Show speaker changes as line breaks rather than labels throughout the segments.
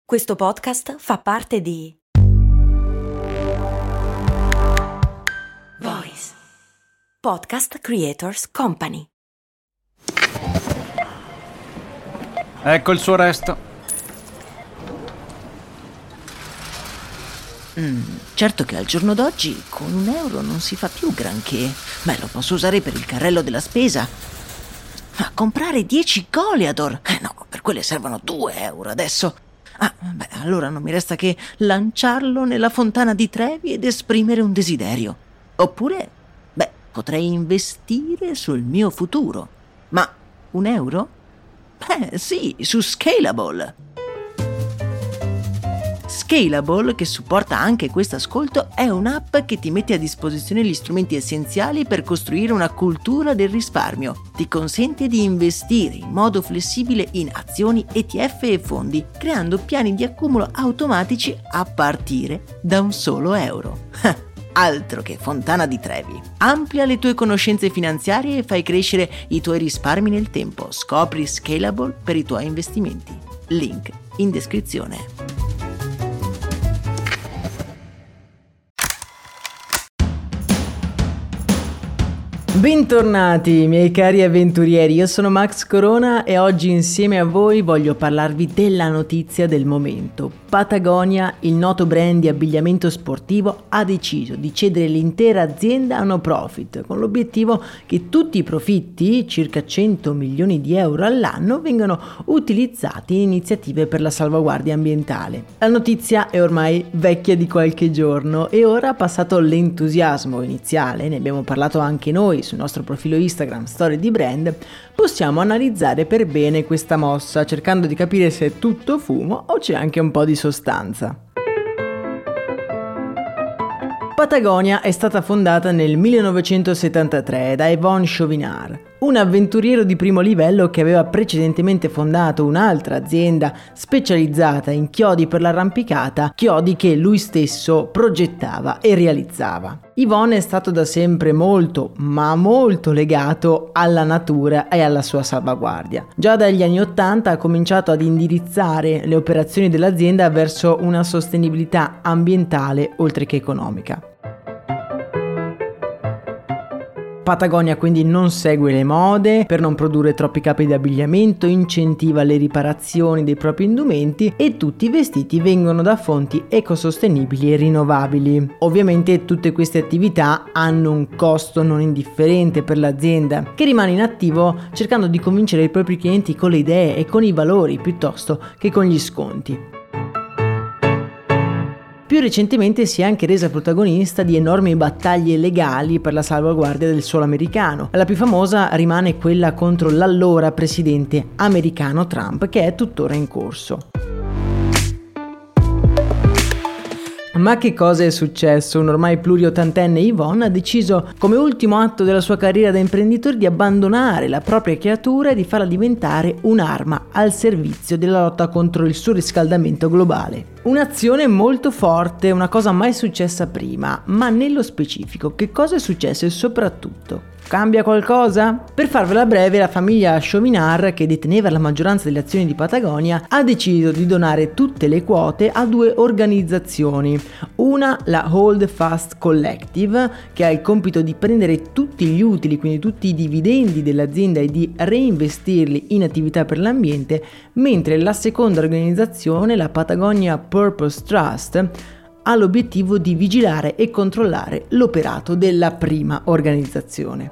Questo podcast fa parte di Voice Podcast Creators Company.
Ecco il suo resto.
Certo che al giorno d'oggi con €1 non si fa più granché. Lo posso usare per il carrello della spesa. Ma comprare 10 Goliador? No, per quelle servono €2 adesso. Allora non mi resta che lanciarlo nella fontana di Trevi ed esprimere un desiderio. Oppure, potrei investire sul mio futuro. Ma €1? Sì, su Scalable. Scalable, che supporta anche questo ascolto, è un'app che ti mette a disposizione gli strumenti essenziali per costruire una cultura del risparmio. Ti consente di investire in modo flessibile in azioni, ETF e fondi, creando piani di accumulo automatici a partire da un solo euro. Altro che fontana di Trevi. Amplia le tue conoscenze finanziarie e fai crescere i tuoi risparmi nel tempo. Scopri Scalable per i tuoi investimenti. Link in descrizione.
Bentornati miei cari avventurieri, io sono Max Corona e oggi insieme a voi voglio parlarvi della notizia del momento. Patagonia, il noto brand di abbigliamento sportivo, ha deciso di cedere l'intera azienda a no profit, con l'obiettivo che tutti i profitti, circa 100 milioni di euro all'anno, vengano utilizzati in iniziative per la salvaguardia ambientale. La notizia è ormai vecchia di qualche giorno e ora, passato l'entusiasmo iniziale, ne abbiamo parlato anche noi sul nostro profilo Instagram Storie di Brand, possiamo analizzare per bene questa mossa, cercando di capire se è tutto fumo o c'è anche un po' di sostanza. Patagonia è stata fondata nel 1973 da Yvon Chouinard, un avventuriero di primo livello che aveva precedentemente fondato un'altra azienda specializzata in chiodi per l'arrampicata, chiodi che lui stesso progettava e realizzava. Yvon è stato da sempre molto legato alla natura e alla sua salvaguardia. Già dagli anni '80 ha cominciato ad indirizzare le operazioni dell'azienda verso una sostenibilità ambientale oltre che economica. Patagonia quindi non segue le mode per non produrre troppi capi di abbigliamento, incentiva le riparazioni dei propri indumenti e tutti i vestiti vengono da fonti ecosostenibili e rinnovabili. Ovviamente tutte queste attività hanno un costo non indifferente per l'azienda, che rimane in attivo cercando di convincere i propri clienti con le idee e con i valori piuttosto che con gli sconti. Più recentemente si è anche resa protagonista di enormi battaglie legali per la salvaguardia del suolo americano. La più famosa rimane quella contro l'allora presidente americano Trump, che è tuttora in corso. Ma che cosa è successo? Un ormai pluriottantenne Yvon ha deciso, come ultimo atto della sua carriera da imprenditore, di abbandonare la propria creatura e di farla diventare un'arma al servizio della lotta contro il surriscaldamento globale. Un'azione molto forte, una cosa mai successa prima, ma nello specifico che cosa è successo e soprattutto cambia qualcosa? Per farvela breve, la famiglia Chouinard, che deteneva la maggioranza delle azioni di Patagonia, ha deciso di donare tutte le quote a due organizzazioni. Una, la Hold Fast Collective, che ha il compito di prendere tutti gli utili, quindi tutti i dividendi dell'azienda, e di reinvestirli in attività per l'ambiente, mentre la seconda organizzazione, la Patagonia Purpose Trust, ha l'obiettivo di vigilare e controllare l'operato della prima organizzazione.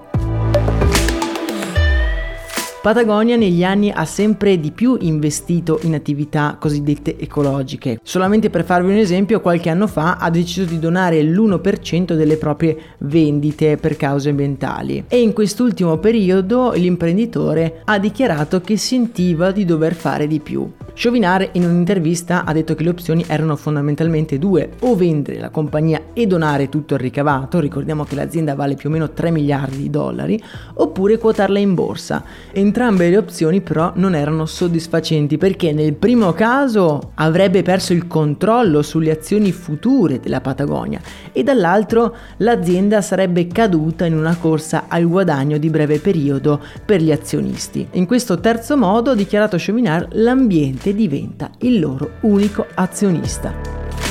Patagonia negli anni ha sempre di più investito in attività cosiddette ecologiche. Solamente per farvi un esempio, qualche anno fa ha deciso di donare l'1% delle proprie vendite per cause ambientali e in quest'ultimo periodo l'imprenditore ha dichiarato che sentiva di dover fare di più. Chouinard in un'intervista ha detto che le opzioni erano fondamentalmente due: o vendere la compagnia e donare tutto il ricavato, ricordiamo che l'azienda vale più o meno $3 miliardi, oppure quotarla in borsa. Entrambe le opzioni però non erano soddisfacenti, perché nel primo caso avrebbe perso il controllo sulle azioni future della Patagonia e dall'altro l'azienda sarebbe caduta in una corsa al guadagno di breve periodo per gli azionisti. In questo terzo modo, ha dichiarato Chouinard, l'ambiente cliente diventa il loro unico azionista.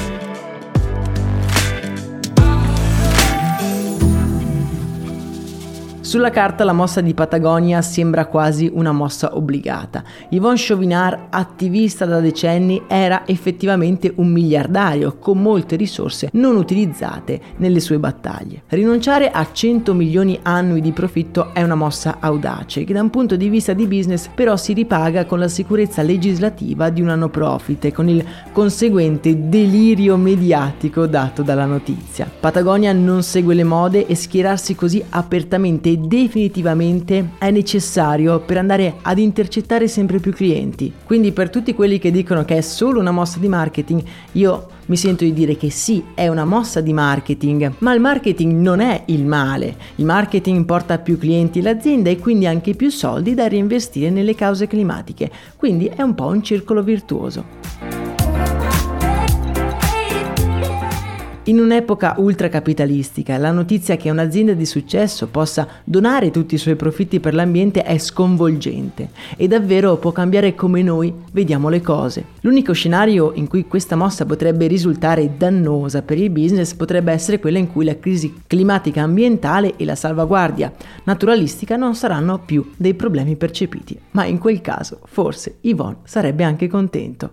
Sulla carta la mossa di Patagonia sembra quasi una mossa obbligata. Yvon Chouinard, attivista da decenni, era effettivamente un miliardario con molte risorse non utilizzate nelle sue battaglie. Rinunciare a 100 milioni annui di profitto è una mossa audace che da un punto di vista di business però si ripaga con la sicurezza legislativa di una no profit e con il conseguente delirio mediatico dato dalla notizia. Patagonia non segue le mode e schierarsi così apertamente definitivamente è necessario per andare ad intercettare sempre più clienti. Quindi per tutti quelli che dicono che è solo una mossa di marketing, io mi sento di dire che sì, è una mossa di marketing, ma il marketing non è il male. Il marketing porta più clienti all'azienda e quindi anche più soldi da reinvestire nelle cause climatiche, quindi è un po' un circolo virtuoso. In un'epoca ultracapitalistica, la notizia che un'azienda di successo possa donare tutti i suoi profitti per l'ambiente è sconvolgente e davvero può cambiare come noi vediamo le cose. L'unico scenario in cui questa mossa potrebbe risultare dannosa per il business potrebbe essere quella in cui la crisi climatica ambientale e la salvaguardia naturalistica non saranno più dei problemi percepiti, ma in quel caso forse Yvon sarebbe anche contento.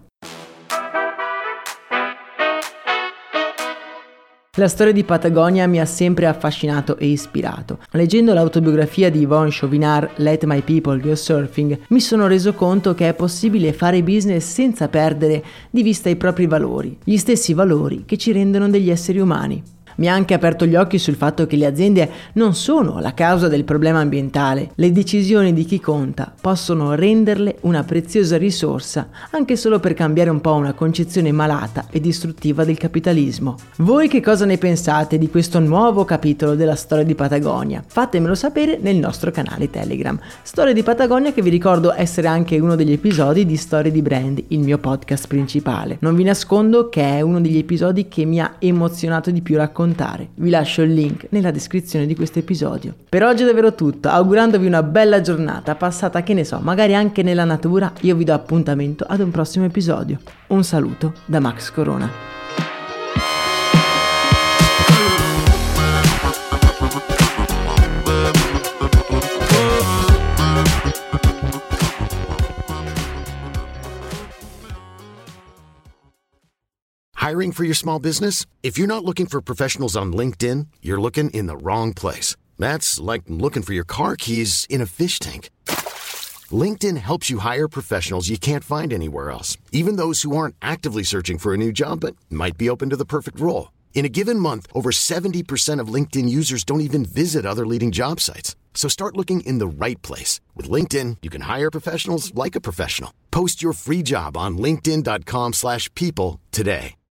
La storia di Patagonia mi ha sempre affascinato e ispirato. Leggendo l'autobiografia di Yvon Chouinard, Let My People Go Surfing, mi sono reso conto che è possibile fare business senza perdere di vista i propri valori, gli stessi valori che ci rendono degli esseri umani. Mi ha anche aperto gli occhi sul fatto che le aziende non sono la causa del problema ambientale. Le decisioni di chi conta possono renderle una preziosa risorsa, anche solo per cambiare un po' una concezione malata e distruttiva del capitalismo. Voi che cosa ne pensate di questo nuovo capitolo della storia di Patagonia? Fatemelo sapere nel nostro canale Telegram. Storia di Patagonia, che vi ricordo essere anche uno degli episodi di Storie di Brand, il mio podcast principale. Non vi nascondo che è uno degli episodi che mi ha emozionato di più raccontare. Vi lascio il link nella descrizione di questo episodio. Per oggi è davvero tutto, augurandovi una bella giornata passata, che ne so, magari anche nella natura. Io vi do appuntamento ad un prossimo episodio. Un saluto da Max Corona.
Hiring for your small business? If you're not looking for professionals on LinkedIn, you're looking in the wrong place. That's like looking for your car keys in a fish tank. LinkedIn helps you hire professionals you can't find anywhere else, even those who aren't actively searching for a new job but might be open to the perfect role. In a given month, over 70% of LinkedIn users don't even visit other leading job sites. So start looking in the right place. With LinkedIn, you can hire professionals like a professional. Post your free job on linkedin.com/people today.